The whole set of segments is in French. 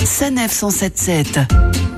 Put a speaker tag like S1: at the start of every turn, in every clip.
S1: Sanef 107.7.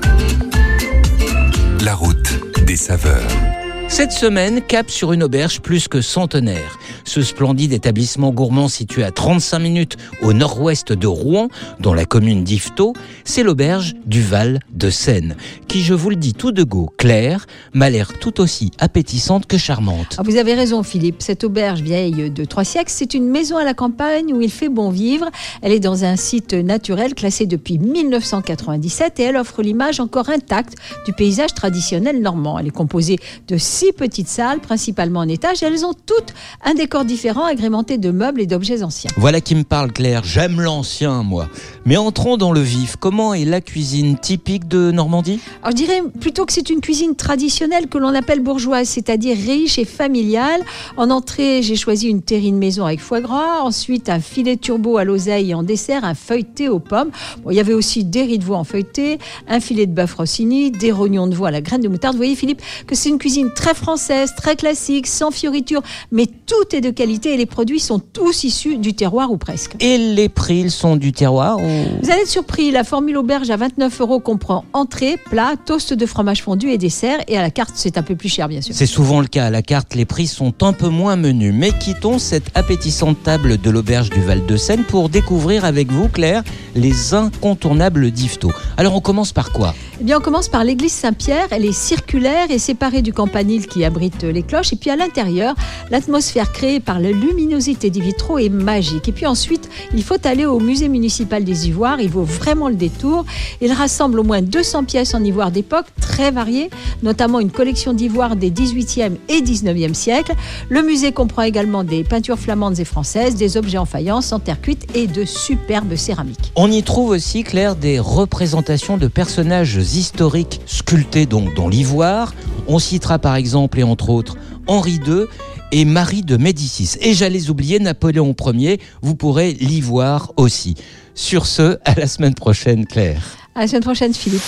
S2: La route des saveurs.
S3: Cette semaine, cap sur une auberge plus que centenaire. Ce splendide établissement gourmand situé à 35 minutes au nord-ouest de Rouen, dans la commune d'Yvetot, c'est l'auberge du Val de Seine, qui, je vous le dis tout de go, Claire, m'a l'air tout aussi appétissante que charmante.
S4: Vous avez raison Philippe, cette auberge vieille de 3 siècles, c'est une maison à la campagne où il fait bon vivre. Elle est dans un site naturel classé depuis 1997 et elle offre l'image encore intacte du paysage traditionnel normand. Elle est composée de 6 petites salles, principalement en étage, et elles ont toutes un décor différent, agrémenté de meubles et d'objets anciens.
S3: Voilà qui me parle, Claire. J'aime l'ancien, moi. Mais entrons dans le vif. Comment est la cuisine typique de Normandie ?
S4: Alors, je dirais plutôt que c'est une cuisine traditionnelle que l'on appelle bourgeoise, c'est-à-dire riche et familiale. En entrée, j'ai choisi une terrine maison avec foie gras, ensuite un filet turbo à l'oseille et en dessert, un feuilleté aux pommes. Bon, il y avait aussi des riz de veau en feuilleté, un filet de bœuf rossini, des rognons de veau à la graine de moutarde. Vous voyez, Philippe, que c'est une cuisine très française, très classique, sans fioritures, mais tout est de qualité et les produits sont tous issus du terroir ou presque.
S3: Et les prix, ils sont du terroir ou...
S4: Vous allez être surpris, la formule auberge à 29 € comprend entrée, plat, toast de fromage fondu et dessert, et à la carte c'est un peu plus cher bien sûr.
S3: C'est souvent le cas, à la carte les prix sont un peu moins menus, mais quittons cette appétissante table de l'auberge du Val de Seine pour découvrir avec vous, Claire, les incontournables d'Yvetot. Alors on commence par quoi ?
S4: Eh bien on commence par l'église Saint-Pierre, elle est circulaire et séparée du campanile qui abrite les cloches, et puis à l'intérieur, l'atmosphère créée par la luminosité des vitraux est magique. Et puis ensuite, il faut aller au musée municipal des Ivoires, il vaut vraiment le détour. Il rassemble au moins 200 pièces en ivoire d'époque, très variées, notamment une collection d'ivoire des 18e et 19e siècles. Le musée comprend également des peintures flamandes et françaises, des objets en faïence, en terre cuite et de superbes céramiques.
S3: On y trouve aussi, Claire, des représentations de personnages historiques sculptés donc dans l'ivoire. On citera par exemple et entre autres Henri II et Marie de Médicis. Et j'allais oublier Napoléon Ier, vous pourrez l'y voir aussi. Sur ce, à la semaine prochaine, Claire.
S4: À la semaine prochaine, Philippe.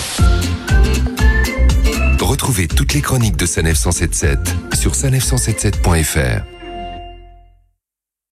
S2: Retrouvez toutes les chroniques de Sanef 107.7 sur sanef177.fr.